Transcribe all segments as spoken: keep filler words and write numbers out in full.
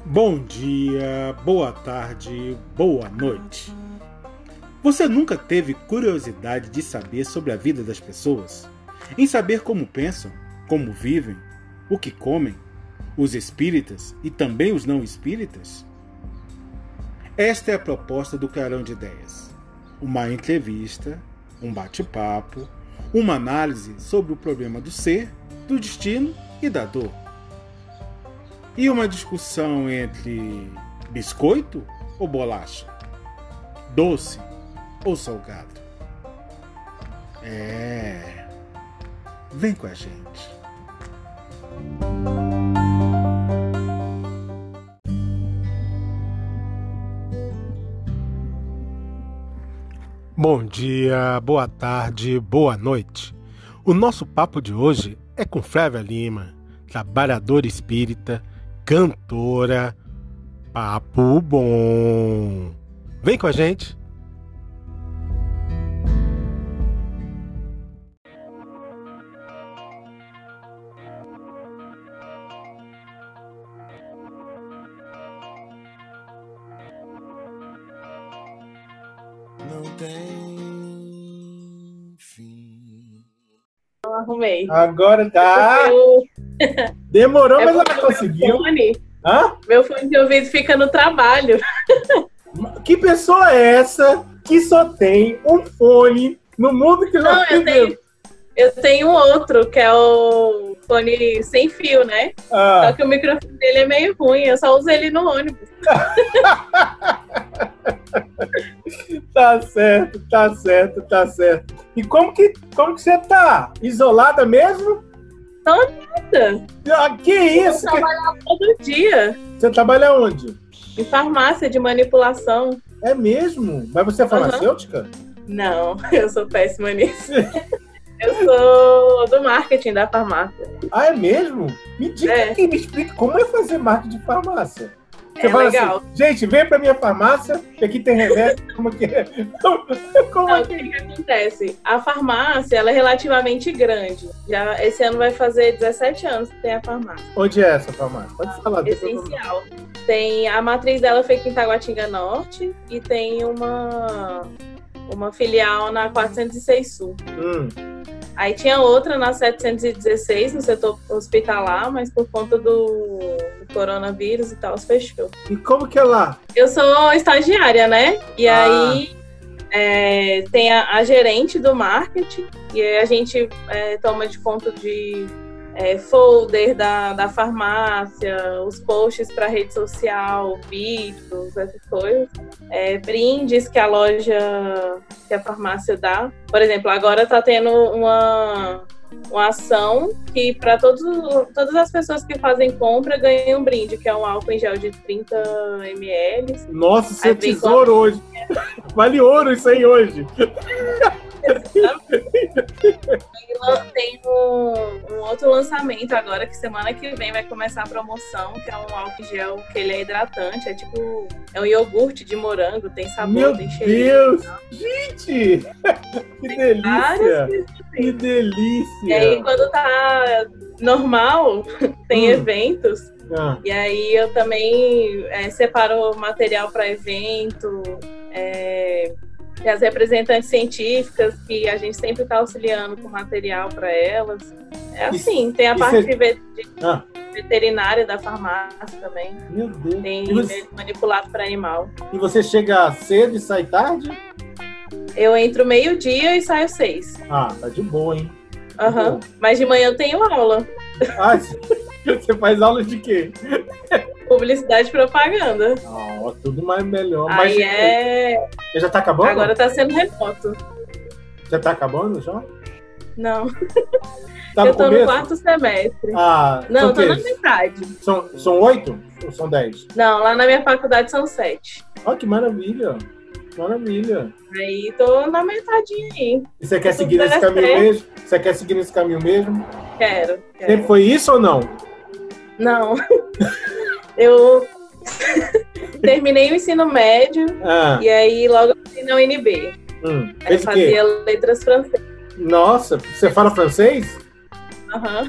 Bom dia, boa tarde, boa noite. Você nunca teve curiosidade de saber sobre a vida das pessoas? Em saber como pensam, como vivem, o que comem, os espíritas e também os não espíritas? Esta é a proposta do Clarão de Ideias. Uma entrevista, um bate-papo, uma análise sobre o problema do ser, do destino e da dor. E uma discussão entre biscoito ou bolacha? Doce ou salgado? É... Vem com a gente. Bom dia, boa tarde, boa noite. O nosso papo de hoje é com Flávia Lima, trabalhadora espírita, cantora. Papo bom. Vem com a gente. Não tem fim. Eu arrumei. Agora tá. Eu... Demorou, É mas ela porque conseguiu. Meu fone, Hã? meu fone de ouvido fica no trabalho. Que pessoa é essa que só tem um fone no mundo que não, Não, eu tenho, eu tenho um outro, que é o fone sem fio, né? Ah. Só que o microfone dele é meio ruim, eu só uso ele no ônibus. Tá certo, tá certo, tá certo. E como que, como que você tá? Isolada mesmo? Tô nada. Ah, que isso? Eu Que... trabalho todo dia Você trabalha onde? em farmácia de manipulação. É mesmo? Mas você é farmacêutica? Não, eu sou péssima nisso. Eu sou do marketing da farmácia. Ah, é mesmo? Me diga É. aqui, me explica como é fazer marketing de farmácia. Você É fala legal. assim, gente, vem pra minha farmácia, que aqui tem remédio, como que é? Como Não, é o que que, que acontece? A farmácia ela é relativamente grande. Já esse ano vai fazer dezessete anos que tem a farmácia. Onde é essa farmácia? Pode falar. depois eu- Essencial. Tem a matriz dela fica em Taguatinga Norte e tem uma uma filial na quatrocentos e seis Sul. Hum. Aí tinha outra na setecentos e dezesseis no setor hospitalar, mas por conta do, do coronavírus e tal, fechou. E como que é lá? Eu sou estagiária, né? E Ah. aí é, tem a, a gerente do marketing, e aí a gente é, toma de conta de é, folder da, da farmácia, os posts para rede social, vídeos, essas coisas. É, brindes que a loja, que a farmácia dá. Por exemplo, agora está tendo uma, uma ação que para todas as pessoas que fazem compra ganham um brinde, que é um álcool em gel de trinta mililitros. Nossa, isso Aí é vem tesouro hoje. Vale ouro isso aí hoje. Tem um, um outro lançamento agora, que semana que vem vai começar a promoção, que é um álcool gel que ele é hidratante, é tipo, é um iogurte de morango, tem sabor, Meu tem cheirinho. Deus! Gente! Que Várias delícia! coisas Que assim. delícia! E aí, quando tá normal, tem Hum. eventos. Ah, E aí eu também é, separo material para evento, é, tem as representantes científicas, que a gente sempre está auxiliando com material para elas. É assim, tem a e parte cê- de ve- de ah, veterinária da farmácia também. meu Deus! Tem E você, manipulado para animal. e você chega cedo e sai tarde? Eu entro meio-dia e saio seis. Ah, tá de boa, hein? Aham. Bom. Mas de manhã eu tenho aula. Ah, você faz aula de quê? Publicidade e propaganda. Ah, tudo mais melhor. Aí Mas é. já tá acabando? Agora tá sendo remoto. Já tá acabando já? Não. Tá eu no tô no começo? quarto semestre. Ah, Não, são eu tô o na quê? metade. São, são oito ou são dez? Não, lá na minha faculdade são sete. Olha que maravilha! Maravilha! Aí tô na metadinha aí. E você quer Se seguir tudo nesse der caminho certo. mesmo? Você quer seguir nesse caminho mesmo? Quero. quero. Sempre foi isso ou não? Não. Eu terminei o ensino médio Ah, e aí logo eu fui na U N B. hum. Aí eu Fez o quê? fazia letras francesas. Nossa, você fala francês? Aham.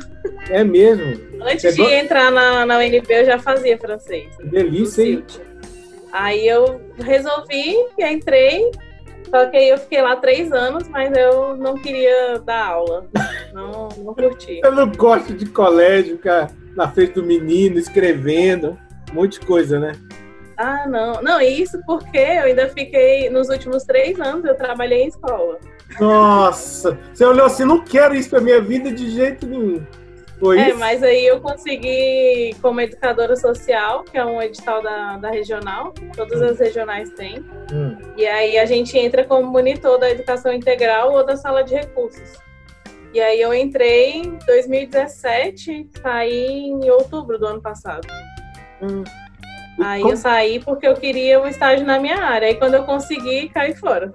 É mesmo? Antes Você de entrar na, na U N B, eu já fazia francês. Que delícia, hein? Aí eu resolvi e entrei, só que aí eu fiquei lá três anos, mas eu não queria dar aula. Não, não curti. Eu não gosto de colégio, cara, na frente do menino, escrevendo, um monte de coisa, né? Ah, não. Não, isso porque eu ainda fiquei, nos últimos três anos, eu trabalhei em escola. Nossa! Você olhou assim, não quero isso pra minha vida de jeito nenhum. Foi É, isso? mas aí eu consegui, como educadora social, que é um edital da, da regional, todas as regionais têm, Hum. e aí a gente entra como monitor da educação integral ou da sala de recursos. E aí eu entrei em dois mil e dezessete, saí em outubro do ano passado. Hum. Aí Como- eu saí porque eu queria um estágio na minha área, aí quando eu consegui, caí fora.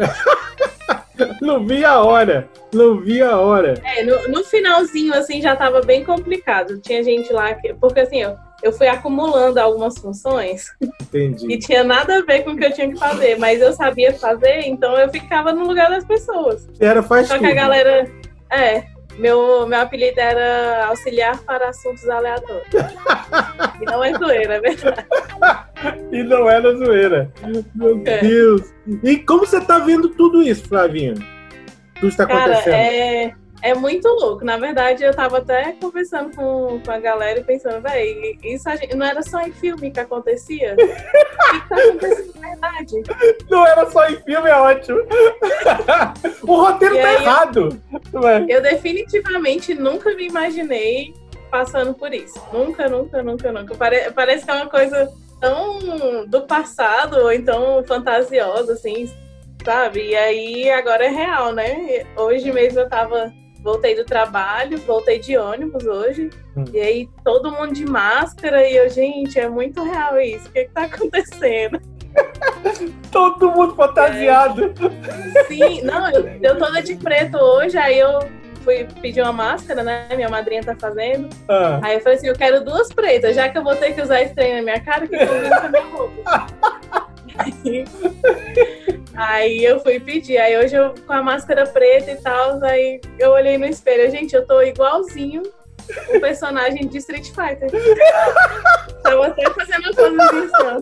Não vi a hora, não vi a hora. É, no, no finalzinho, assim, já tava bem complicado. Tinha gente lá, que, porque assim, eu, eu fui acumulando algumas funções Entendi. que tinha nada a ver com o que eu tinha que fazer, mas eu sabia fazer, então eu ficava no lugar das pessoas. Era faz Só que tudo. a galera, é, meu, meu apelido era auxiliar para assuntos aleatórios. E não é zoeira, é verdade. E não era zoeira. Meu É. Deus. E como você tá vendo tudo isso, Flavinha? Tudo está Cara, acontecendo. é, é muito louco. Na verdade, eu tava até conversando com, com a galera e pensando, véi, isso a gente, não era só em filme que acontecia? O que, que tá acontecendo de verdade? Não era só em filme, é ótimo. O roteiro E tá aí eu- errado. Não é? Eu definitivamente nunca me imaginei passando por isso. Nunca, nunca, nunca, nunca. Pare- parece que é uma coisa tão do passado, ou então fantasiosa, assim, sabe? E aí agora é real, né? Hoje mesmo eu tava. Voltei do trabalho, voltei de ônibus hoje, Hum. e aí todo mundo de máscara, e eu, gente, é muito real isso, o que que tá acontecendo? Todo mundo fantasiado. Sim, não, eu, eu toda de preto hoje, aí eu fui pedir uma máscara, né, minha madrinha tá fazendo, Ah, aí eu falei assim, eu quero duas pretas, já que eu vou ter que usar esse trem na minha cara, que combina com a minha roupa. Aí, aí eu fui pedir, aí hoje eu com a máscara preta e tal, aí eu olhei no espelho, gente, eu tô igualzinho o personagem de Street Fighter. Tava até fazendo a posição.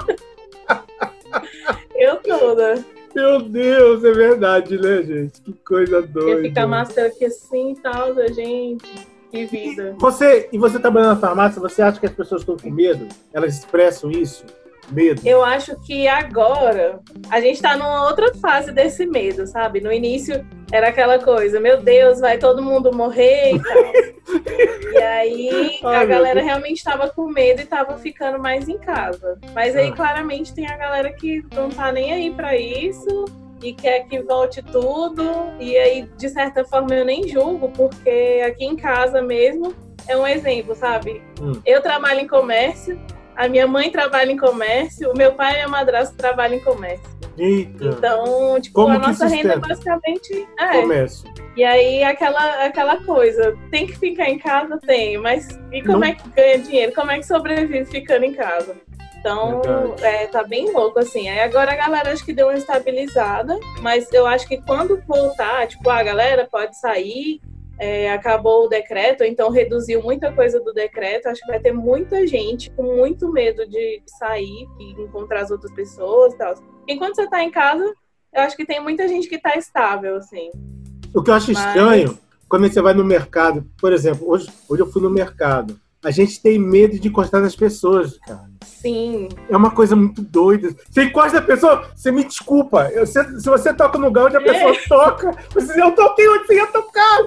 Eu toda. meu Deus, é verdade, né, gente? Que coisa Ia doida. ficar a máscara aqui assim e tal, gente. Que vida. Você, e você trabalhando na farmácia, você acha que as pessoas estão com medo? Elas expressam isso? Medo? Eu acho que agora a gente tá numa outra fase desse medo, sabe? No início era aquela coisa, meu Deus, vai todo mundo morrer e tal. E aí Ai, a meu galera Deus. realmente tava com medo e tava ficando mais em casa. Mas aí Ah. claramente tem a galera que não tá nem aí pra isso e quer que volte tudo. E aí, de certa forma, eu nem julgo, porque aqui em casa mesmo é um exemplo, sabe? Hum. Eu trabalho em comércio, a minha mãe trabalha em comércio, o meu pai e minha madrasta trabalham em comércio. Eita, Então, tipo, Como a que nossa renda sustenta? basicamente é. comércio. E aí, aquela, aquela coisa, tem que ficar em casa? Tem, mas e como Não. é que ganha dinheiro? Como é que sobrevive ficando em casa? Então, Verdade. é, tá bem louco, assim. Aí agora a galera acho que deu uma estabilizada, mas eu acho que quando voltar, tipo, a galera pode sair, é, acabou o decreto, então reduziu muita coisa do decreto, acho que vai ter muita gente com muito medo de sair e encontrar as outras pessoas e tal. Enquanto você tá em casa, eu acho que tem muita gente que tá estável, assim. O que eu acho Mas- estranho, quando você vai no mercado, por exemplo, hoje, hoje eu fui no mercado, a gente tem medo de encostar nas pessoas, cara. Sim, É uma coisa muito doida. Você encosta na pessoa, você me desculpa. Eu- se, se você toca no lugar onde a pessoa toca, você, eu toquei onde você ia tocar.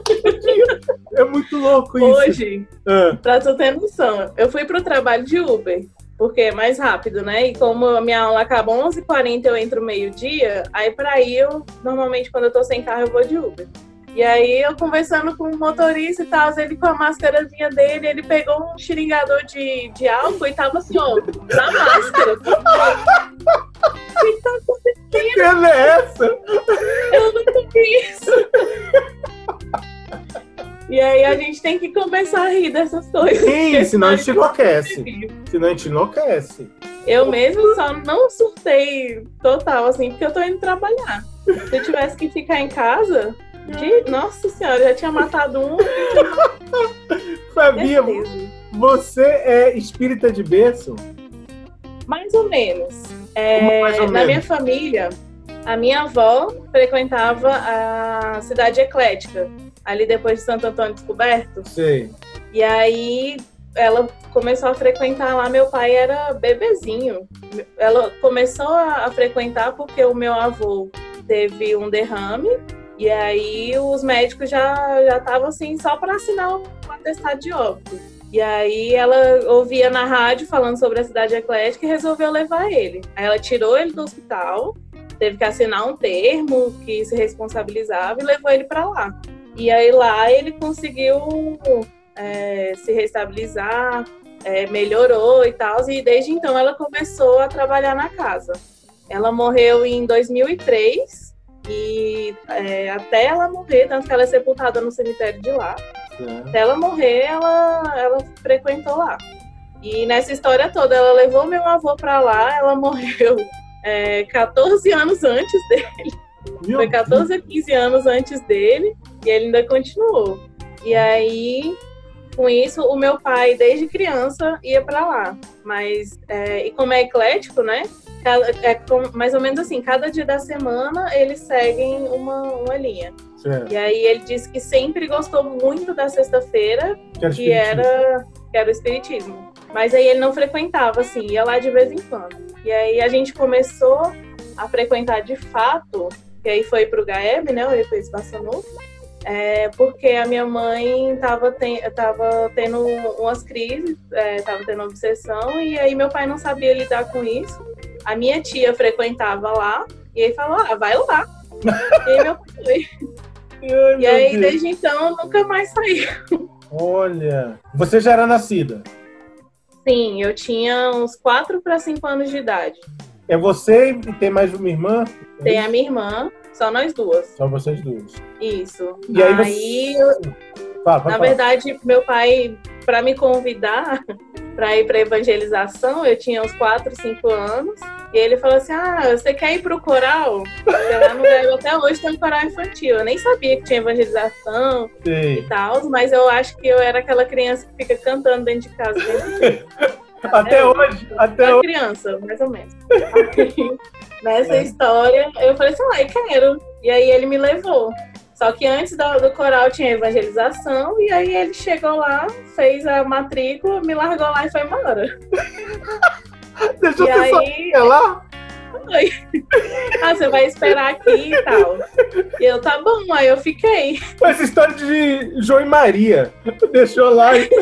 É muito louco isso. hoje, Ah, pra tu ter noção, eu fui pro trabalho de Uber, porque é mais rápido, né? E como a minha aula acaba onze e quarenta, eu entro meio-dia, aí pra ir, eu, normalmente quando eu tô sem carro, eu vou de Uber. E aí eu conversando com o motorista e tal, ele com a máscarazinha dele, ele pegou um xiringador de, de álcool e tava assim, ó, na máscara. O que tá acontecendo? que cena é essa? Eu nunca vi isso. E aí a gente tem que começar a rir dessas coisas. Sim, porque senão a gente enlouquece. sobrevive. Senão a gente enlouquece. Eu mesmo só não surtei total, assim, porque eu tô indo trabalhar. Se eu tivesse que ficar em casa, de... nossa senhora, eu já tinha matado um. Fabia, certeza. você é espírita de berço? Mais ou menos. É, Como mais ou na menos? minha família, a minha avó frequentava a Cidade Eclética, ali depois de Santo Antônio Descoberto. Sei. E aí ela começou a frequentar lá, meu pai era bebezinho. Ela começou a, a frequentar porque o meu avô teve um derrame, e aí os médicos já já estavam assim, só para assinar o atestado de óbito. E aí ela ouvia na rádio falando sobre a Cidade Eclética e resolveu levar ele. Aí ela tirou ele do hospital, teve que assinar um termo que se responsabilizava e levou ele para lá. E aí lá ele conseguiu é, se restabilizar, é, melhorou e tal, e desde então ela começou a trabalhar na casa. Ela morreu em dois mil e três e é, até ela morrer, tanto que ela é sepultada no cemitério de lá, É. até ela morrer, ela, ela frequentou lá. E nessa história toda, ela levou meu avô para lá, ela morreu é, quatorze anos antes dele. Meu Foi quatorze a quinze anos antes dele e ele ainda continuou. E aí, com isso, o meu pai, desde criança, ia para lá. Mas, é, e como é eclético, né? Cada, é com, mais ou menos assim, cada dia da semana eles seguem uma, uma linha. Certo. E aí ele disse que sempre gostou muito da sexta-feira, Que era que espiritismo. era, que era o espiritismo. Mas aí ele não frequentava, assim, ia lá de vez em quando. E aí a gente começou a frequentar de fato, que aí foi pro Gaeb, né, o Efeito Passanuf, é, porque a minha mãe tava, ten, tava tendo umas crises, é, tava tendo obsessão, e aí meu pai não sabia lidar com isso. A minha tia frequentava lá, e aí falou, ah, vai lá. E aí meu pai foi. Ai, E meu aí, Deus. desde então, nunca mais saí. Olha, você já era nascida. Sim, eu tinha uns quatro para cinco anos de idade. É você e tem mais uma irmã? Tem a minha irmã, só nós duas. Só vocês duas. Isso. E aí, aí você... Fala, pode na falar. verdade, meu pai, para me convidar para ir para evangelização, eu tinha uns quatro, cinco anos. E ele falou assim, ah, você quer ir pro coral? Porque lá no Gaio até hoje tem um coral infantil. Eu nem sabia que tinha evangelização e Sei. tal, mas eu acho que eu era aquela criança que fica cantando dentro de casa. Dentro Até É, hoje, até Uma hoje. criança, mais ou menos. Aí, nessa história, eu falei assim, ah, eu quero. E aí ele me levou. Só que antes do, do coral tinha evangelização, e aí ele chegou lá, fez a matrícula, me largou lá e foi embora. Deixa E eu aí- sozinha lá. Foi. Ah, você vai esperar aqui e tal. E eu, tá bom, aí eu fiquei. Essa história de João e Maria. Deixou lá e...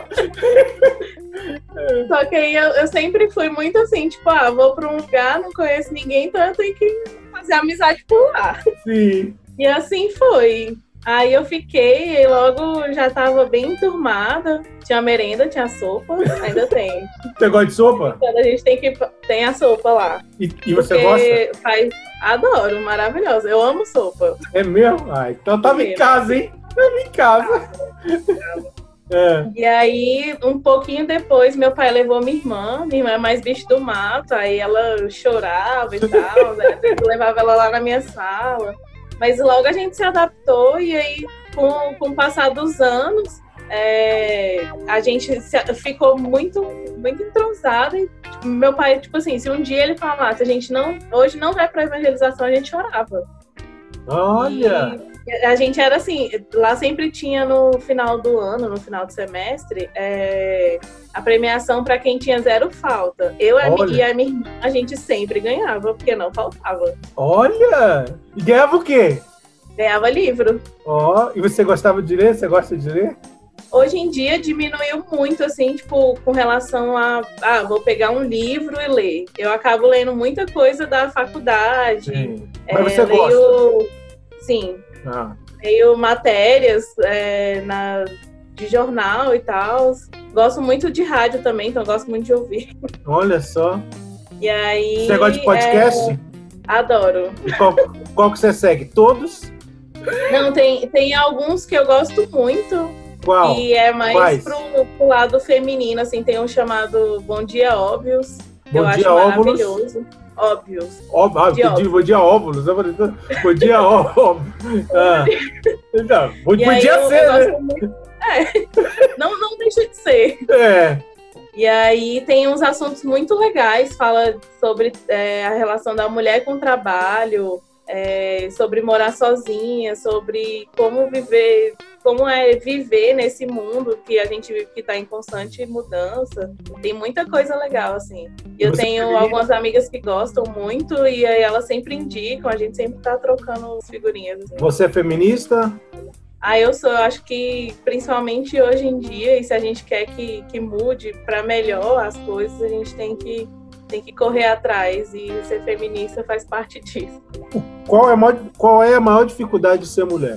Só que aí eu, eu sempre fui muito assim, tipo, ah, vou pra um lugar, não conheço ninguém, então eu tenho que fazer amizade por lá. Sim. E assim foi. Aí eu fiquei, e logo já tava bem enturmada. Tinha merenda, tinha sopa, ainda tem. Você gosta de sopa? Quando a gente tem que tem a sopa lá. E, e você Porque gosta? Faz, adoro, maravilhosa. Eu amo sopa. É mesmo? Ah, então tava em casa, hein? Tava em casa. É. E aí, um pouquinho depois, meu pai levou minha irmã. Minha irmã é mais bicho do mato. Aí ela chorava e tal. Né? Eu levava ela lá na minha sala. Mas logo a gente se adaptou. E aí, com, com o passar dos anos, é, a gente se, ficou muito, muito entrosada. E, tipo, meu pai, tipo assim, se um dia ele falasse, a gente não, hoje não vai pra evangelização, a gente chorava. Olha! E a gente era assim, lá sempre tinha no final do ano, no final do semestre, é, a premiação para quem tinha zero falta. Eu a mi- Olha. e a minha irmã, a gente sempre ganhava, porque não faltava. Olha! E ganhava o quê? Ganhava livro. Ó, e você gostava de ler? Você gosta de ler? Hoje em dia diminuiu muito, assim, tipo, com relação a, ah, vou pegar um livro e ler. Eu acabo lendo muita coisa da faculdade. Sim. é, Mas você leio, gosta? Sim, Ah, leio matérias é, na, de jornal e tal. Gosto muito de rádio também, então gosto muito de ouvir. olha só. E aí. Você gosta de podcast? é, adoro. E qual, qual que você segue? Todos? Não, tem, tem alguns que eu gosto muito, Qual? e é mais Quais? pro, pro lado feminino, assim, tem um chamado Bom Dia Óbvios, que eu Bom acho dia, óvulos. maravilhoso. Óbvios. Ó, ah, De bom dia, bom dia, óvulos. Eu falei, bom dia, óvulos. Ah. Então, bom, E aí podia eu, ser, eu né? gosto muito, É, não, não deixa de ser. É. E aí tem uns assuntos muito legais, fala sobre é, a relação da mulher com o trabalho, é, sobre morar sozinha, sobre como viver, como é viver nesse mundo que a gente vive, que está em constante mudança. Tem muita coisa legal, assim. E eu Você tenho queria... algumas amigas que gostam muito e aí elas sempre indicam, a gente sempre tá trocando as figurinhas. Assim. Você é feminista? Ah, eu sou, eu acho que principalmente hoje em dia, e se a gente quer que, que mude para melhor as coisas, a gente tem que, tem que correr atrás, e ser feminista faz parte disso. Qual é a maior, qual é a maior dificuldade de ser mulher?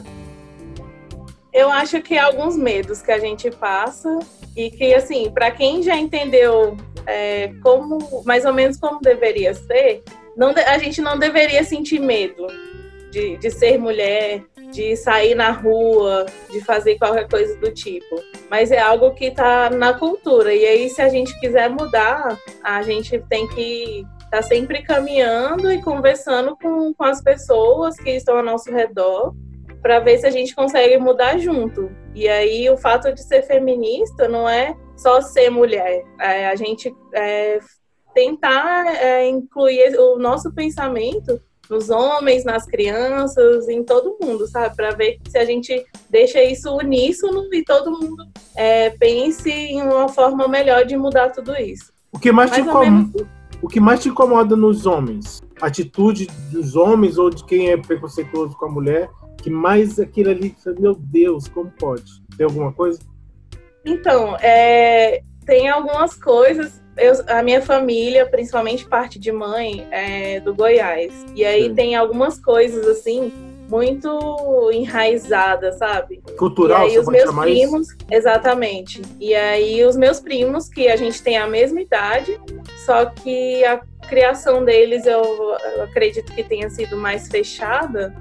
Eu acho que alguns medos que a gente passa, e que, assim, para quem já entendeu é, como, mais ou menos como deveria ser, não, a gente não deveria sentir medo de, de ser mulher, de sair na rua, de fazer qualquer coisa do tipo. Mas é algo que está na cultura. E aí, se a gente quiser mudar, a gente tem que estar tá sempre caminhando e conversando com, com as pessoas que estão ao nosso redor, para ver se a gente consegue mudar junto. E aí, o fato de ser feminista não é só ser mulher. É a gente é, tentar é, incluir o nosso pensamento nos homens, nas crianças, em todo mundo, sabe? Para ver se a gente deixa isso uníssono e todo mundo é, pense em uma forma melhor de mudar tudo isso. O que mais, mais te incomoda, o que mais te incomoda nos homens? A atitude dos homens ou de quem é preconceituoso com a mulher? Que mais aquilo ali, meu Deus, como pode? Tem alguma coisa? Então, é, tem algumas coisas. Eu, a minha família, principalmente parte de mãe, é do Goiás. E aí Sim. tem algumas coisas, assim, muito enraizadas, sabe? Cultural, e aí você os pode meus chamar primos, isso? Exatamente. E aí os meus primos, que a gente tem a mesma idade, só que a criação deles, eu, eu acredito que tenha sido mais fechada.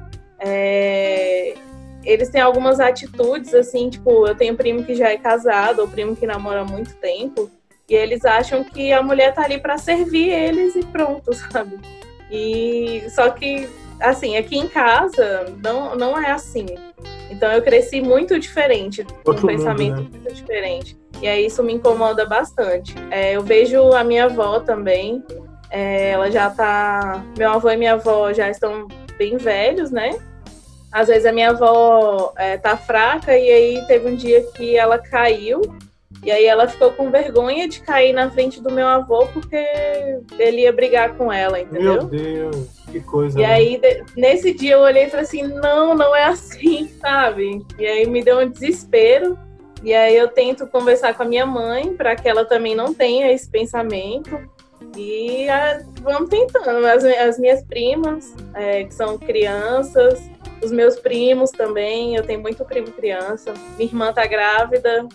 É... Eles têm algumas atitudes, assim, tipo, eu tenho primo que já é casado, ou primo que namora há muito tempo, e eles acham que a mulher tá ali para servir eles e pronto, sabe? E só que, assim, aqui em casa não, não é assim. Então eu cresci muito diferente, com um pensamento mundo, né? muito diferente. E aí isso me incomoda bastante. É, eu vejo a minha avó também, é, ela já tá... Meu avô e minha avó já estão bem velhos, né? Às vezes a minha avó é, tá fraca e aí teve um dia que ela caiu. E aí ela ficou com vergonha de cair na frente do meu avô porque ele ia brigar com ela, entendeu? Meu Deus, que coisa. E né? aí, de, nesse dia eu olhei e falei assim, não, não é assim, sabe? E aí me deu um desespero. E aí eu tento conversar com a minha mãe para que ela também não tenha esse pensamento. E a, vamos tentando. As, as minhas primas, é, que são crianças, os meus primos também, eu tenho muito primo criança. Minha irmã tá grávida.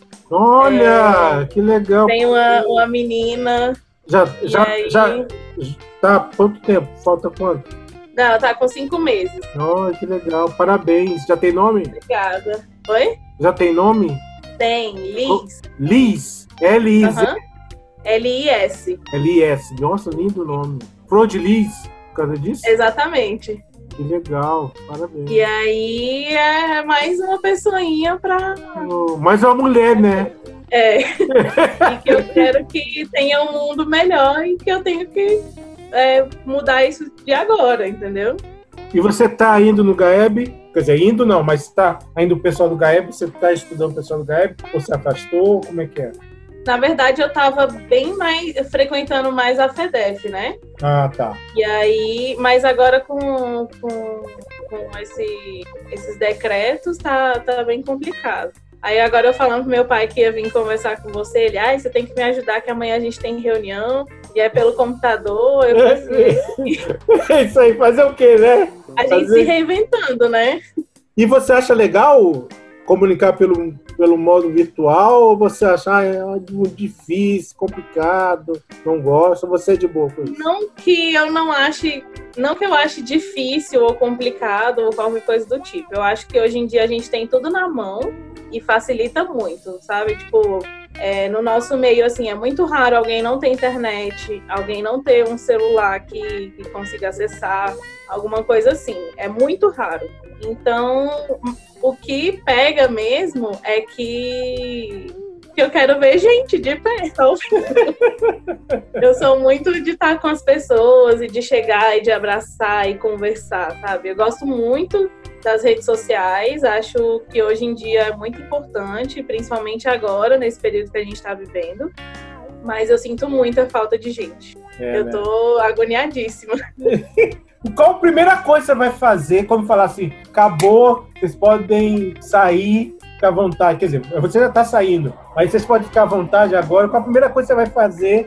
Olha, é, que legal. Tem uma, uma menina. Já, já, aí... já tá há quanto tempo? Falta quanto? Não, ela tá com cinco meses. Olha, que legal. Parabéns. Já tem nome? Obrigada. Oi? Já tem nome? Tem, Liz. Liz. L I Z. Uhum. L I S. L I S. Nossa, lindo nome. Flor de Liz, por causa disso? Exatamente. Que legal, parabéns. E aí é mais uma pessoinha pra... Oh, mais uma mulher, né? É. E que eu quero que tenha um mundo melhor e que eu tenho que é, mudar isso de agora, entendeu? E você tá indo no GAEB? Quer dizer, indo não, mas tá indo o pessoal do GAEB? Você tá estudando o pessoal do GAEB? Ou você afastou? Como é que é? Na verdade, eu tava bem mais, frequentando mais a FEDEF, né? Ah, tá. E aí, mas agora com, com, com esse, esses decretos, tá, tá bem complicado. Aí agora eu falando pro meu pai que ia vir conversar com você, ele, ah, você tem que me ajudar que amanhã a gente tem reunião, e é pelo computador, eu preciso... É isso aí, fazer o quê, né? A gente fazer... se reinventando, né? E você acha legal comunicar pelo, pelo modo virtual, ou você acha ah, é muito difícil, complicado, não gosta, ou você é de boa com isso? Não que eu não ache, não que eu ache difícil ou complicado ou qualquer coisa do tipo. Eu acho que hoje em dia a gente tem tudo na mão e facilita muito, sabe? Tipo, é, no nosso meio, assim, é muito raro alguém não ter internet, alguém não ter um celular que, que consiga acessar, alguma coisa assim. É muito raro. Então, o que pega mesmo é que, que eu quero ver gente de pé. Eu sou muito de estar com as pessoas e de chegar e de abraçar e conversar, sabe? Eu gosto muito das redes sociais, acho que hoje em dia é muito importante, principalmente agora, nesse período que a gente está vivendo, mas eu sinto muita falta de gente. É, eu né? tô agoniadíssima. Qual a primeira coisa que você vai fazer quando falar assim, acabou, vocês podem sair, ficar à vontade? Quer dizer, você já está saindo, mas vocês podem ficar à vontade agora. Qual a primeira coisa que você vai fazer?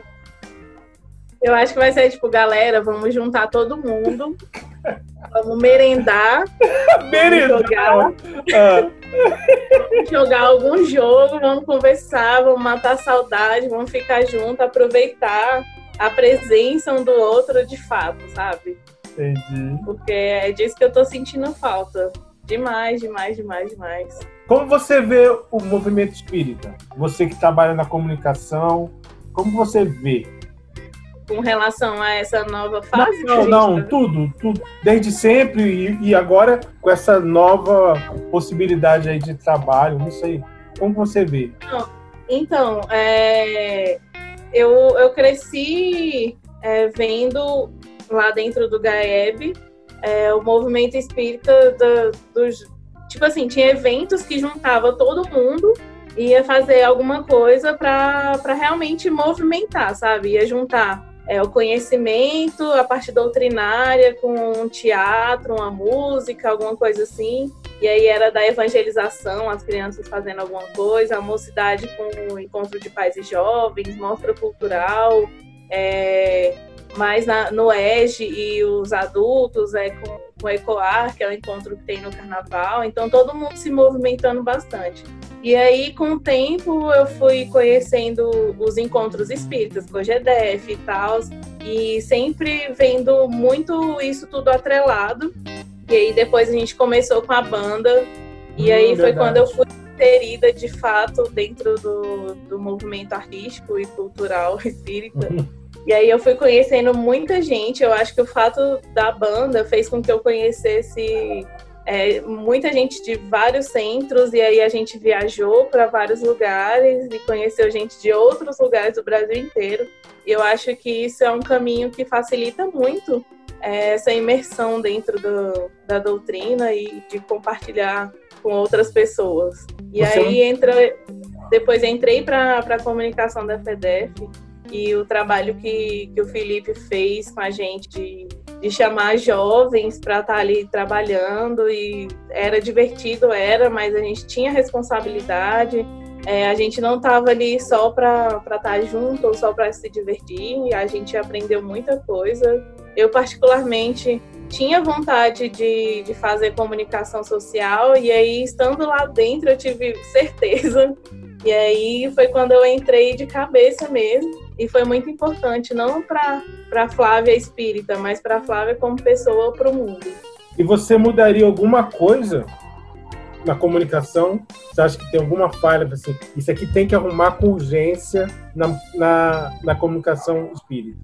Eu acho que vai ser tipo, galera, vamos juntar todo mundo, vamos merendar, merendar. Vamos jogar, ah. vamos jogar algum jogo, vamos conversar, vamos matar a saudade, vamos ficar junto, aproveitar a presença um do outro de fato, sabe? Entendi. Porque é disso que eu tô sentindo falta. Demais, demais, demais, demais. Como você vê o movimento espírita? Você que trabalha na comunicação, como você vê? Com relação a essa nova fase? Não, não, tá... tudo, tudo. Desde sempre e, e agora com essa nova possibilidade aí de trabalho, não sei. Como você vê? Não, então, é, eu, eu cresci é, vendo lá dentro do GAEB é, o movimento espírita do, dos... Tipo assim, tinha eventos que juntava todo mundo e ia fazer alguma coisa para realmente movimentar, sabe? Ia juntar É, o conhecimento, a parte doutrinária com um teatro, uma música, alguma coisa assim. E aí era da evangelização, as crianças fazendo alguma coisa, a mocidade com o encontro de pais e jovens, mostra cultural, é, mais na, no E G e os adultos, é, com, com o ECOAR, que é o encontro que tem no carnaval. Então todo mundo se movimentando bastante. E aí, com o tempo, eu fui conhecendo os encontros espíritas, com o G D F e tal, e sempre vendo muito isso tudo atrelado. E aí, depois a gente começou com a banda, e hum, aí foi verdade. Quando eu fui inserida, de fato, dentro do, do movimento artístico e cultural espírita. E aí eu fui conhecendo muita gente. Eu acho que o fato da banda fez com que eu conhecesse... É, muita gente de vários centros, e aí a gente viajou para vários lugares e conheceu gente de outros lugares do Brasil inteiro. E eu acho que isso é um caminho que facilita muito é, essa imersão dentro do, da doutrina e de compartilhar com outras pessoas. E Você... aí entra, depois entrei para a comunicação da FEDEF, e o trabalho que, que o Felipe fez com a gente de de chamar jovens para estar ali trabalhando, e era divertido, era, mas a gente tinha responsabilidade, é, a gente não estava ali só para estar junto ou só para se divertir, a gente aprendeu muita coisa. Eu, particularmente, tinha vontade de, de fazer comunicação social, e aí, estando lá dentro, eu tive certeza, e aí foi quando eu entrei de cabeça mesmo. E foi muito importante, não para a Flávia espírita, mas para a Flávia como pessoa para o mundo. E você mudaria alguma coisa na comunicação? Você acha que tem alguma falha? Assim, isso aqui tem que arrumar com urgência na, na, na comunicação espírita?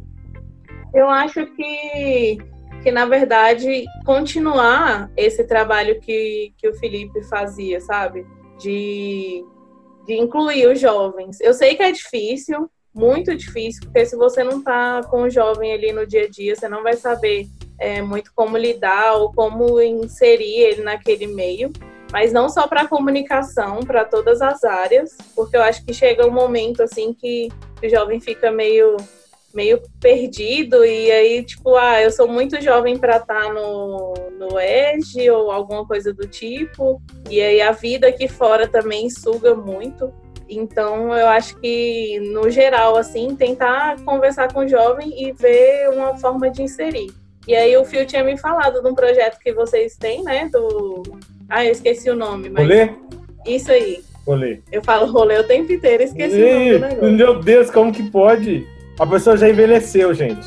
Eu acho que, que, na verdade, continuar esse trabalho que, que o Felipe fazia, sabe? De, de incluir os jovens. Eu sei que é difícil, muito difícil, porque se você não tá com o jovem ali no dia a dia, você não vai saber é, muito como lidar ou como inserir ele naquele meio, mas não só para a comunicação, para todas as áreas, porque eu acho que chega um momento assim que o jovem fica meio, meio perdido, e aí tipo, ah, eu sou muito jovem para estar no, no E G ou alguma coisa do tipo, e aí a vida aqui fora também suga muito. Então, eu acho que, no geral, assim, tentar conversar com o jovem e ver uma forma de inserir. E aí, o Fio tinha me falado de um projeto que vocês têm, né? Do... Ah, eu esqueci o nome. Mas... Rolê? Isso aí. Rolê. Eu falo rolê o tempo inteiro, esqueci Ih, o nome do negócio. Meu Deus, como que pode? A pessoa já envelheceu, gente.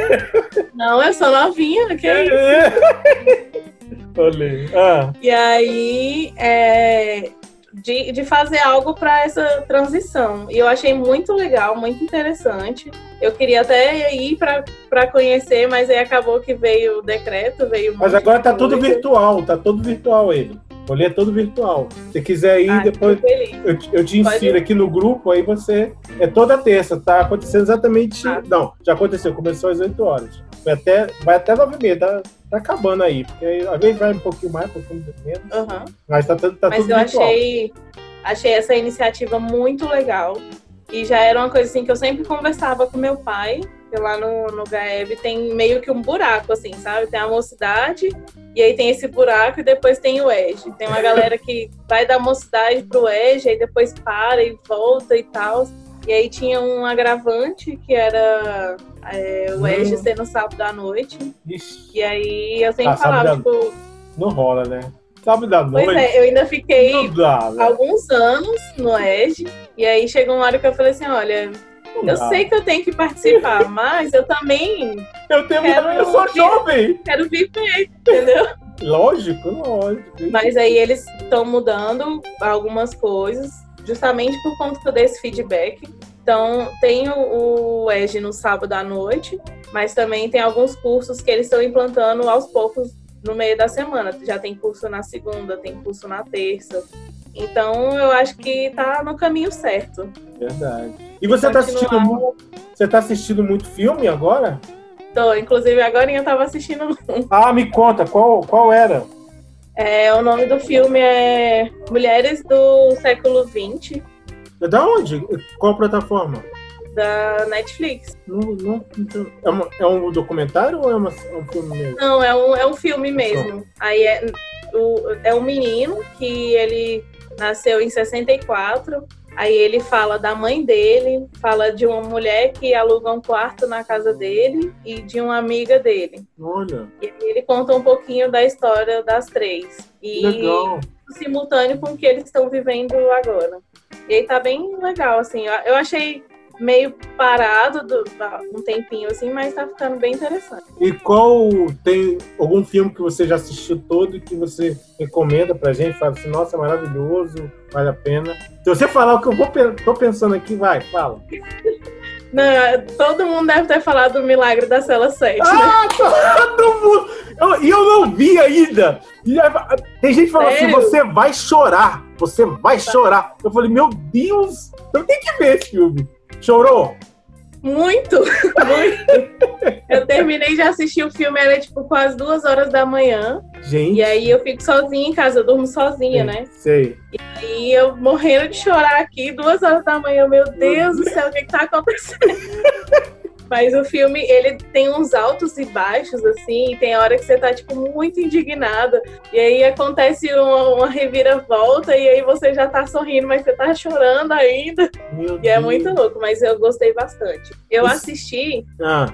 Não, eu sou novinha, que é isso? Rolê. Ah. E aí, é... De, de fazer algo para essa transição. E eu achei muito legal, muito interessante. Eu queria até ir para conhecer, mas aí acabou que veio o decreto, veio um Mas agora tá tudo virtual, tá tudo virtual ele. rolê é todo virtual. Se quiser ir, Ah, depois fico feliz. eu, te- eu te Pode ensino ir. aqui no grupo, aí você... É toda terça, tá acontecendo exatamente... Ah. Não, já aconteceu, começou às oito horas. Vai até, vai até nove e meia, tá, tá acabando aí. Porque aí, às vezes vai um pouquinho mais, um pouquinho menos. Aham. Mas tá, tudo- tá Mas tudo eu virtual. achei, achei essa iniciativa muito legal. E já era uma coisa assim que eu sempre conversava com meu pai, que lá no, no Gaeb tem meio que um buraco, assim, sabe? Tem a mocidade, e aí tem esse buraco, e depois tem o E G. Tem uma galera que vai da mocidade pro E G, aí depois para e volta e tal. E aí tinha um agravante, que era é, o E G Hum. ser no sábado à noite. Ixi, E aí eu sempre Ah, sábado falava, à- tipo... não rola, né? Sábado da Pois noite. é, eu ainda fiquei Não dá, né? alguns anos no E G, e aí chegou uma hora que eu falei assim, olha, Não eu dá. sei que eu tenho que participar, mas eu também Eu tenho quero- eu sou jovem. quero viver, entendeu? Lógico, lógico. Mas aí eles estão mudando algumas coisas, justamente por conta desse feedback. Então, tem o, o E G no sábado à noite, mas também tem alguns cursos que eles estão implantando aos poucos no meio da semana. Já tem curso na segunda, tem curso na terça. Então, eu acho que tá no caminho certo. Verdade. E você tá assistindo Continuar. mu- você tá assistindo muito filme agora? Tô, inclusive, agora eu tava assistindo um. Ah, me conta, qual, qual era? É, o nome do filme é Mulheres do Século vinte, Da onde? Qual plataforma? da Netflix. Não, não, não- é, uma- é um documentário ou é, uma- é um filme mesmo? Não, é um, é um filme mesmo. Aí é, o, é um menino que ele nasceu em sessenta e quatro. Aí ele fala da mãe dele, fala de uma mulher que aluga um quarto na casa dele e de uma amiga dele. Olha, E aí ele conta um pouquinho da história das três. E legal. simultâneo com o que eles estão vivendo agora. E aí tá bem legal, assim. Eu- Eu achei meio parado do, há um tempinho, assim, mas tá ficando bem interessante. E qual tem algum filme que você já assistiu todo e que você recomenda pra gente? Fala assim, nossa, maravilhoso, vale a pena. Se você falar o que eu vou, pe- tô pensando aqui, vai, fala. Não, todo mundo deve ter falado do Milagre da Cela sete, né? Ah, todo mundo! Eu- E eu, não vi ainda! E a- tem gente falando assim, Sério? você vai chorar, você vai chorar. Eu falei, meu Deus, eu tenho que ver esse filme. Chorou? Muito, muito. Eu terminei de assistir o filme, era tipo quase duas horas da manhã. Gente. E aí eu fico sozinha em casa, eu durmo sozinha, né? Sei. E eu morrendo de chorar aqui, duas horas da manhã, meu Deus do céu, o que que tá acontecendo? Mas o filme, ele tem uns altos e baixos, assim, e tem hora que você tá, tipo, muito indignada, e aí acontece uma, uma reviravolta, e aí você já tá sorrindo, mas você tá chorando ainda, Meu e é Deus. muito louco, mas eu gostei bastante. Eu Isso- assisti, Ah,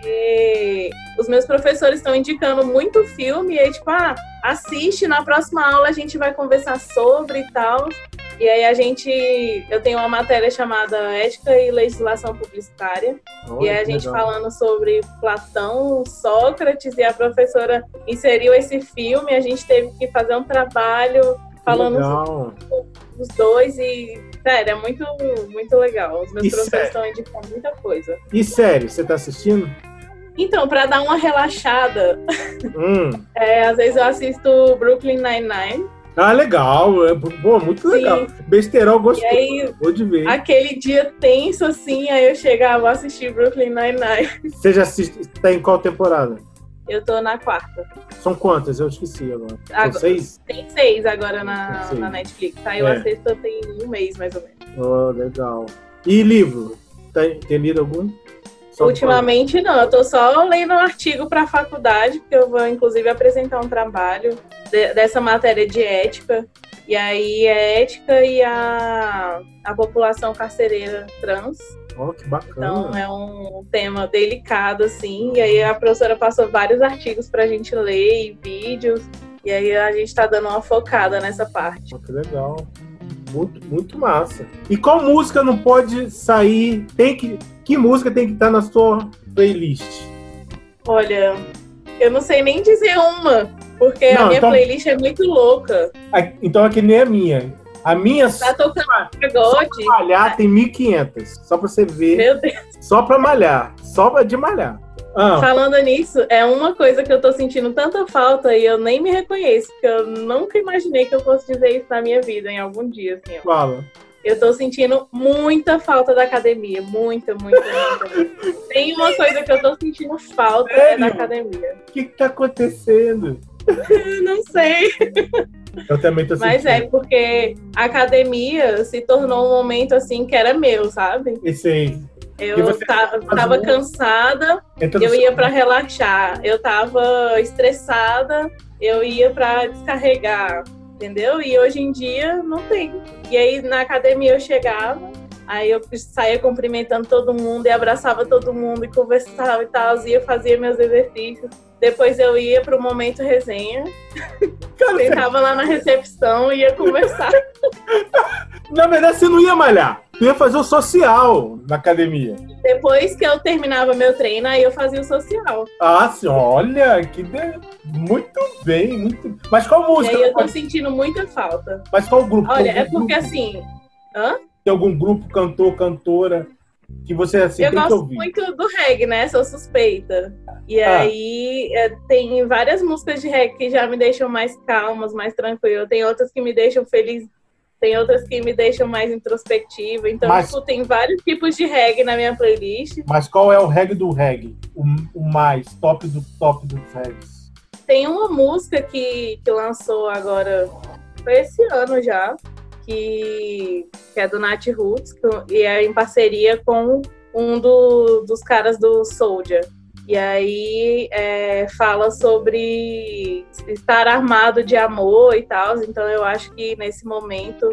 e os meus professores estão indicando muito filme, e aí, tipo, ah, assiste, na próxima aula a gente vai conversar sobre e tal. E aí a gente, eu tenho uma matéria chamada Ética e Legislação Publicitária, olha, e aí a que gente legal. falando sobre Platão, Sócrates, e a professora inseriu esse filme, a gente teve que fazer um trabalho falando Legal. os dois, e, sério, é muito, muito legal. Os meus E professores sério? estão indicando muita coisa. E sério, você tá assistindo? Então, para dar uma relaxada, Hum. é, às vezes eu assisto Brooklyn Nine-Nine, Ah, legal. É, pô, muito legal. Besterol, e gostei. aí Vou de ver. aquele dia tenso, assim, aí eu chegava, vou assistir Brooklyn Nine-Nine. Você já assiste, tá em qual temporada? Eu tô na quarta. São quantas? Eu esqueci agora. São Agora- seis? Tem seis agora na, Seis. na Netflix. Saiu É. a sexta tem um mês, mais ou menos. Oh, legal. E livro? Tem, tem lido algum? Só Ultimamente, não. Eu tô só lendo um artigo para a faculdade, porque eu vou, inclusive, apresentar um trabalho de- dessa matéria de ética. E aí é ética e a, a população carcereira trans. Oh, que Então bacana. é um tema delicado, assim. E aí a professora passou vários artigos pra gente ler e vídeos. E aí a gente tá dando uma focada nessa parte. Oh, que legal. Muito, muito massa. E qual música não pode sair? Tem que, que música tem que estar na sua playlist? Olha, eu não sei nem dizer uma, porque Não, a minha então- playlist é muito louca. Ah, então aqui nem a minha. A minha, Tá tocando só pagode. pra malhar, tem mil e quinhentas. Só pra você ver. Meu Deus. Só pra malhar. Só pra de malhar. Ah, Falando nisso, é uma coisa que eu tô sentindo tanta falta e eu nem me reconheço, porque eu nunca imaginei que eu fosse dizer isso na minha vida em algum dia, assim, ó. fala. Eu tô sentindo muita falta da academia, muita, muita, muita. muita. Tem uma coisa que eu tô sentindo falta, é Sério? da academia. O que que tá acontecendo? Eu não sei. Eu também tô Mas sentindo. é porque a academia se tornou um momento assim que era meu, sabe? Esse aí. E Eu você ta- faz tava muito? cansada, Entra no eu seu- ia pra relaxar. Eu tava estressada, eu ia pra descarregar, entendeu? E hoje em dia não tem. E aí na academia eu chegava, aí eu saía cumprimentando todo mundo e abraçava todo mundo e conversava e tal, e eu fazia meus exercícios. Depois eu ia pro momento resenha, sentava lá na recepção e ia conversar. Na verdade, você não ia malhar. Tu ia fazer o social na academia. Depois que eu terminava meu treino, aí eu fazia o social. Ah, sim, olha, que de... muito bem, muito. Mas qual E música? aí eu tô sentindo muita falta. Mas qual grupo? Olha, Tem é algum porque grupo? assim, hã? Tem algum grupo, cantor, cantora que você assim Eu tem que gosto ouvir? muito do reggae, né? Sou suspeita. E Ah. aí é, tem várias músicas de reggae que já me deixam mais calmas, mais tranquilas. Tem outras que me deixam feliz. Tem outras que me deixam mais introspectiva. Então, Mas- tipo, tem vários tipos de reggae na minha playlist. Mas qual é o reggae do reggae? O, o mais top do top dos reggaes? Tem uma música que, que lançou agora, foi esse ano já, que, que é do Nat Roots, que- e é em parceria com um do- dos caras do Soulja. E aí é, fala sobre estar armado de amor e tal. Então eu acho que nesse momento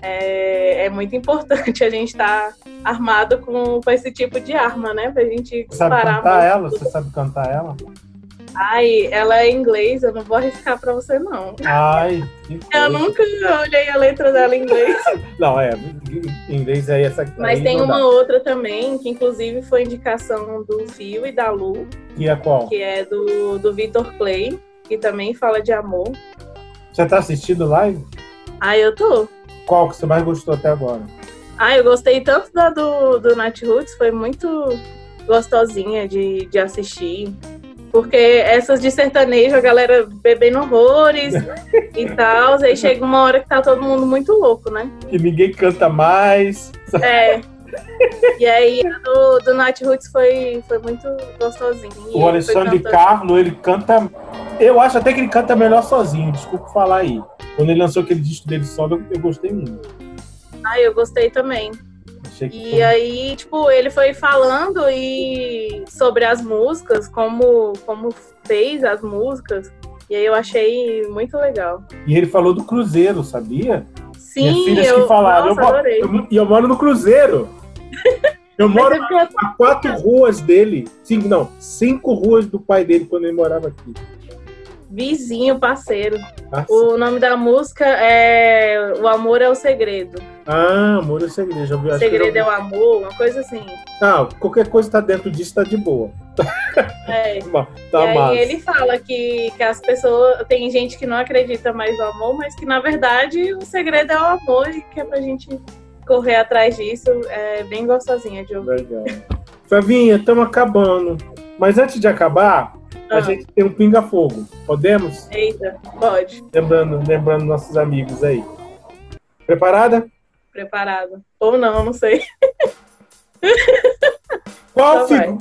é, é muito importante a gente estar armado com, com esse tipo de arma, né? Pra gente Você sabe parar cantar muito. ela? Você sabe cantar ela? Ai, ela é inglês, eu não vou arriscar pra você, não. Ai, que Eu coisa. nunca olhei a letra dela em inglês. Não, é, em inglês é essa. Mas aí tem não uma dá. outra também, que inclusive foi indicação do Fio e da Lu, Que é qual? que é do, do Vitor Clay, que também fala de amor. Você tá assistindo live? Ah, eu tô. Qual que você mais gostou até agora? Ah, eu gostei tanto da do, do Nat Roots, foi muito gostosinha de, de assistir. Porque essas de sertanejo, a galera bebendo horrores e tal, aí chega uma hora que tá todo mundo muito louco, né? Que ninguém canta mais. É. E aí a do, do Nat Roots foi, foi muito gostosinho. E O ele foi Alexandre cantando- Carlo, ele canta. Eu acho até que ele canta melhor sozinho, desculpa falar aí. Quando ele lançou aquele disco dele solo, eu, eu gostei muito. Ah, eu gostei também. Achei que E foi- aí, tipo, ele foi falando e sobre as músicas, como, como fez as músicas. E aí eu achei muito legal. E ele falou do Cruzeiro, sabia? Minhas Sim, filhas eu, que falaram. nossa, eu, moro- adorei. eu- E eu, moro no Cruzeiro. Eu moro Mas é porque- a quatro ruas dele. Cinco, não, cinco ruas do pai dele quando ele morava aqui. Vizinho, parceiro. Assim. O nome da música é O Amor é o Segredo. Ah, amor é segredo. Já vi, O acho que eu segredo já é vi. o amor, uma coisa assim. Ah, qualquer coisa que tá dentro disso tá de boa. É. Tá e massa. aí ele fala que, que as pessoas. Tem gente que não acredita mais no amor, mas que na verdade o segredo é o amor e que é pra gente correr atrás disso. É bem gostosinha de ouvir. Legal. Flavinha, estamos acabando. Mas antes de acabar, a Ah. gente tem um pinga-fogo. Podemos? Eita, pode. Lembrando, lembrando nossos amigos aí. Preparada? Preparado. Ou não, não sei. Qual, Então vai. figu-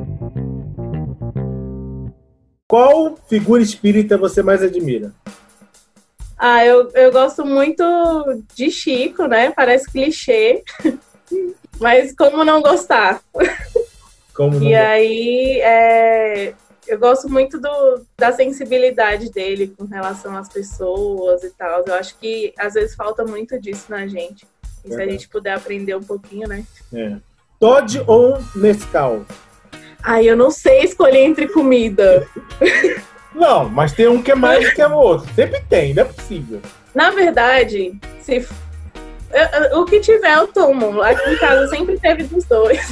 Qual figura espírita você mais admira? Ah, eu, eu gosto muito de Chico, né? Parece clichê. Mas como não gostar? Como E não- aí, é, eu gosto muito do, da sensibilidade dele com relação às pessoas e tal. Eu acho que às vezes falta muito disso na gente. E se a Verdade. gente puder aprender um pouquinho, né? É. Todd ou Nescau? Ai, eu não sei escolher entre comida. Não, mas tem um que é mais do que o outro. Sempre tem, não é possível. Na verdade, se eu- eu- o que tiver eu tomo. Aqui em casa sempre teve dos dois.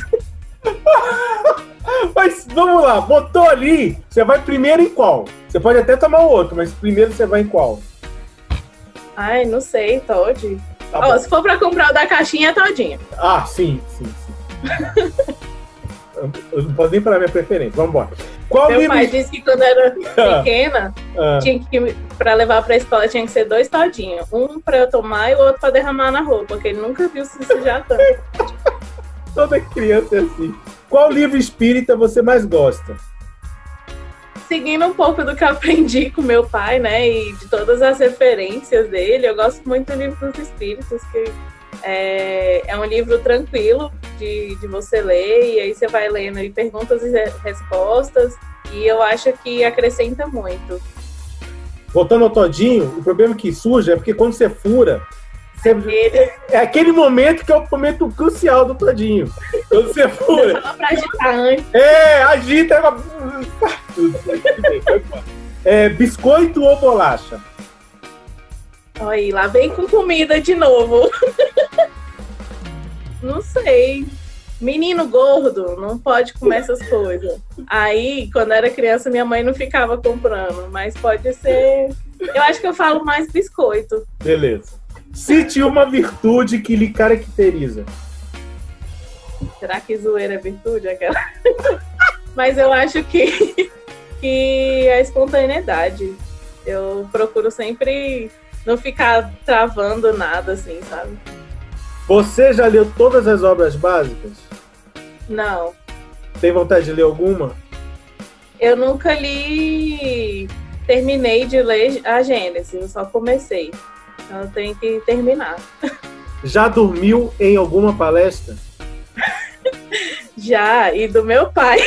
Mas vamos lá, botou ali, você vai primeiro em qual? Você pode até tomar o outro, mas primeiro você vai em qual? Ai, não sei, Todd. Tá Ó, bom. se for pra comprar o da caixinha, é todinha. Ah, sim, sim, sim. Eu não posso nem falar minha preferência. Vamos embora. Qual Meu livro... pai disse que quando era pequena, Ah. tinha que, pra levar pra escola, tinha que ser dois todinhos. Um pra eu tomar e o outro pra derramar na roupa, porque ele nunca viu se sujar tanto. Toda criança é assim. Qual livro espírita você mais gosta? Seguindo um pouco do que eu aprendi com meu pai, né, e de todas as referências dele, eu gosto muito do Livro dos Espíritos, que é, é um livro tranquilo de, de você ler, e aí você vai lendo e perguntas e respostas, e eu acho que acrescenta muito. Voltando ao todinho, o problema que surge é porque quando você fura, você... Ele é aquele momento que é o momento crucial do todinho. Quando você fura, só pra agitar antes. é, agita. É, biscoito ou bolacha? Olha aí, lá vem com comida de novo. Não sei. Menino gordo não pode comer essas coisas. Aí, quando era criança, minha mãe não ficava comprando, mas pode ser. Eu acho que eu falo mais biscoito. Beleza. Cite uma virtude que lhe caracteriza. Será que zoeira é virtude? Aquela? Mas eu acho que, que a espontaneidade. Eu procuro sempre não ficar travando nada, assim, sabe? Você já leu todas as obras básicas? Não. Tem vontade de ler alguma? Eu nunca li. Terminei de ler a Gênesis, eu só comecei. Então eu tenho que terminar. Já dormiu em alguma palestra? Já, e do meu pai.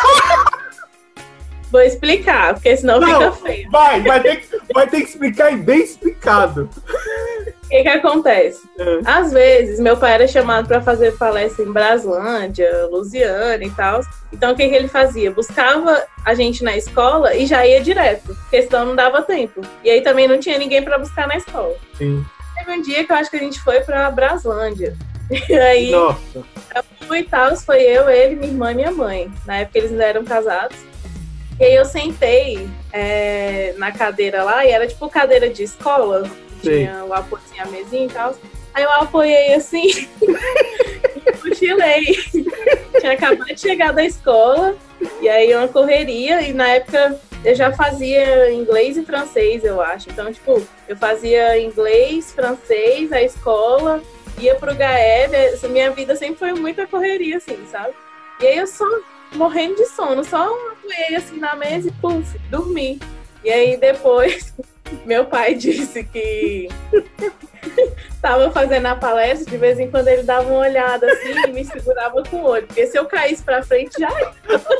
Vou explicar, porque senão Não, fica feio. vai, vai ter, que, vai ter que explicar e bem explicado. O que que acontece? É. Às vezes, meu pai era chamado para fazer palestra em Braslândia, Lusiana e tal. Então, o que que ele fazia? Buscava a gente na escola e já ia direto, porque senão não dava tempo. E aí também não tinha ninguém para buscar na escola. Sim. Teve um dia que eu acho que a gente foi para Braslândia. E aí, Nossa. e tal, foi eu, ele, minha irmã e minha mãe. Na época eles ainda eram casados. E aí eu sentei é, na cadeira lá, e era tipo cadeira de escola. Sim. Tinha o apoiozinho, a mesinha e tal. Aí eu apoiei assim e cochilei. Tinha acabado de chegar da escola, e aí uma correria, e na época eu já fazia inglês e francês, eu acho. Então, tipo, eu fazia inglês, francês, a escola, ia pro H L, essa minha vida sempre foi muita correria, assim, sabe? E aí eu só morrendo de sono, só apoiei assim na mesa e puf, dormi. E aí depois meu pai disse que tava fazendo a palestra, de vez em quando ele dava uma olhada assim e me segurava com o olho, porque se eu caísse pra frente já era.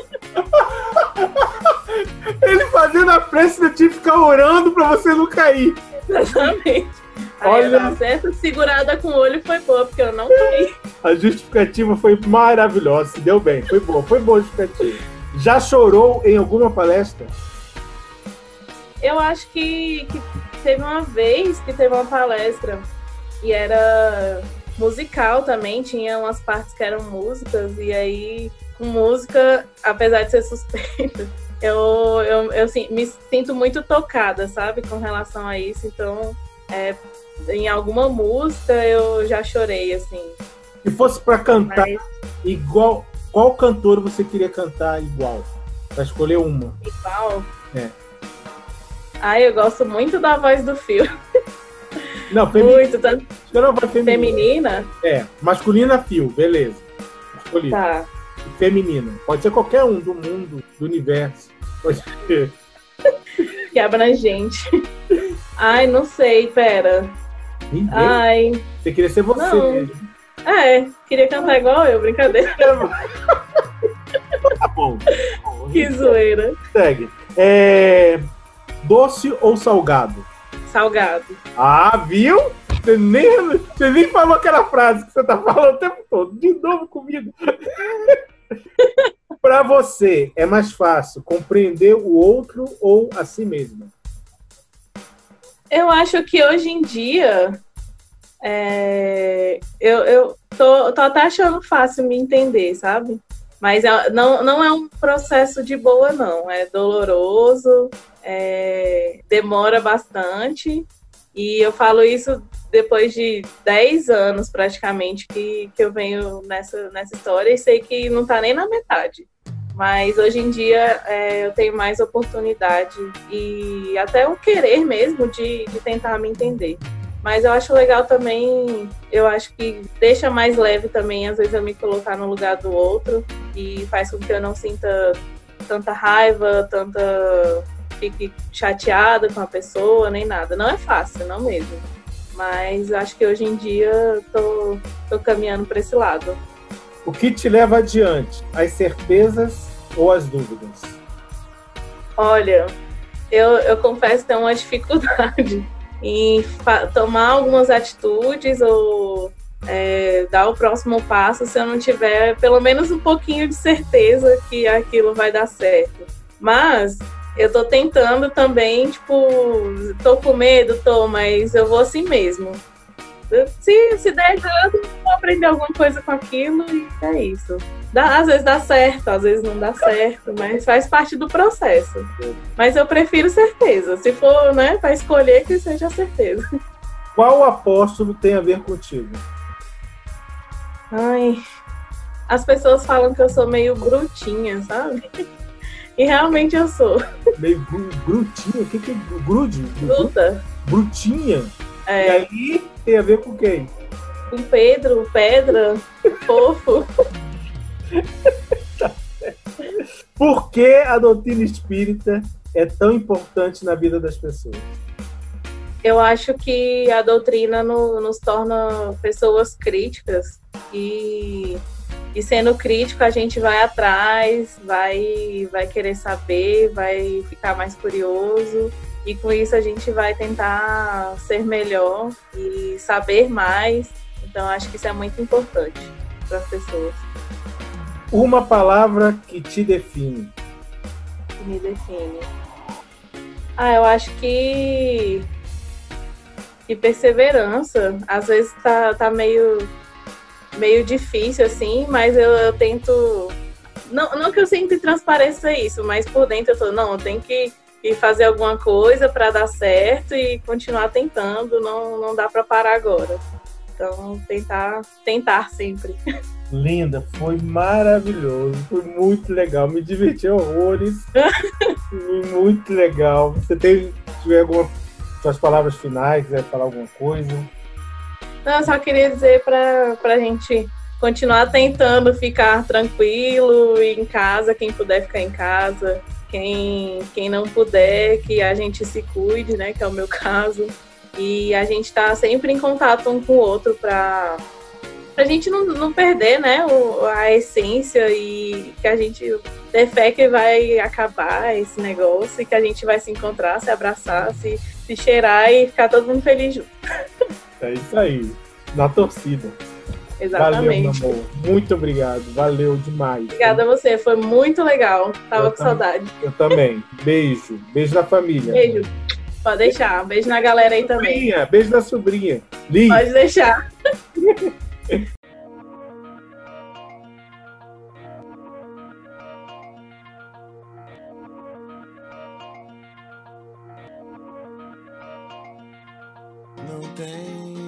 Ele fazendo a prece, eu tinha que ficar orando pra você não cair. Exatamente. Aí Olha, a certa segurada com o olho foi boa, porque eu não caí. a justificativa foi maravilhosa, se deu bem, foi boa, foi boa a justificativa. Já chorou em alguma palestra? Eu acho que, que teve uma vez que teve uma palestra e era musical também, tinha umas partes que eram músicas, e aí com música, apesar de ser suspeita, eu, eu, eu assim, me sinto muito tocada, sabe, com relação a isso. Então, é, em alguma música eu já chorei, assim. Se fosse pra cantar Mas, igual, qual cantor você queria cantar igual? Pra escolher uma. igual. É. Ai, eu gosto muito da voz do Phil. Não, feminina. Muito, tanto Escolha uma voz feminina. feminina. É, masculina, Fio, beleza. Escolhi. Tá. Feminina. Pode ser qualquer um do mundo, do universo. Pode ser. Que abrangente. Ai, não sei, pera. Ninguém. Ai, Você queria ser você Não. mesmo. é, queria cantar igual eu, brincadeira. Tá bom. Que zoeira. Segue. É, doce ou salgado? Salgado. Ah, viu? Você nem, você nem falou aquela frase que você tá falando o tempo todo. De novo comigo. Para você, é mais fácil compreender o outro ou a si mesmo? Eu acho que hoje em dia é, eu, eu tô, tô até achando fácil me entender, sabe? Mas é- não, não é um processo de boa, não. É doloroso, é, demora bastante. E eu falo isso depois de dez anos praticamente que, que eu venho nessa, nessa história e sei que não está nem na metade. Mas hoje em dia é, eu tenho mais oportunidade e até o querer mesmo de, de tentar me entender. Mas eu acho legal também, eu acho que deixa mais leve também, às vezes, eu me colocar no lugar do outro e faz com que eu não sinta tanta raiva, tanta... fique chateada com a pessoa, nem nada. Não é fácil, não mesmo. Mas acho que hoje em dia tô, tô caminhando para esse lado. O que te leva adiante? As certezas ou as dúvidas? Olha, eu, eu confesso ter uma dificuldade em tomar algumas atitudes ou é, dar o próximo passo se eu não tiver pelo menos um pouquinho de certeza que aquilo vai dar certo. Mas eu tô tentando também, tipo, tô com medo, tô, mas eu vou assim mesmo. Se, se der errado, eu vou aprender alguma coisa com aquilo e é isso. Dá, às vezes dá certo, às vezes não dá certo, mas faz parte do processo. Mas eu prefiro certeza. Se for, né, para escolher, que seja certeza. Qual apóstolo tem a ver contigo? Ai, as pessoas falam que eu sou meio brutinha, sabe? E realmente eu sou. Meio brutinha? O que que é grude? Bruta. Brutinha? É. E aí tem a ver com quem? Com Pedro, Pedra, Fofo. Por que a doutrina espírita é tão importante na vida das pessoas? Eu acho que a doutrina no, nos torna pessoas críticas e, e sendo crítico a gente vai atrás, vai, vai querer saber, vai ficar mais curioso e com isso a gente vai tentar ser melhor e saber mais. Então acho que isso é muito importante para as pessoas. Uma palavra que te define. Que me define. Ah, eu acho que e perseverança. Às vezes tá, tá meio, meio difícil, assim, mas eu, eu tento... Não, não que eu sempre transpareça isso, mas por dentro eu tô, não, eu tenho que ir fazer alguma coisa para dar certo e continuar tentando, não, não dá para parar agora. Então, tentar, tentar sempre. Linda, foi maravilhoso, foi muito legal, me diverti horrores, foi muito legal. Você tem, tiver alguma suas palavras finais, quiser falar alguma coisa? Não, eu só queria dizer para a gente continuar tentando ficar tranquilo e em casa, quem puder ficar em casa, quem, quem não puder, que a gente se cuide, né, que é o meu caso. E a gente está sempre em contato um com o outro para a gente não, não perder, né, o, a essência e que a gente ter fé que vai acabar esse negócio e que a gente vai se encontrar, se abraçar, se, se cheirar e ficar todo mundo feliz junto. É isso aí, na torcida. Exatamente. Valeu, meu amor. Muito obrigado, valeu demais. Obrigada a você, foi muito legal. Tava eu com tam- saudade. Eu também. Beijo. Beijo na família. Beijo. Pode deixar. Beijo na galera aí também. Sobrinha, beijo na sobrinha. Liz. Pode deixar. Não tem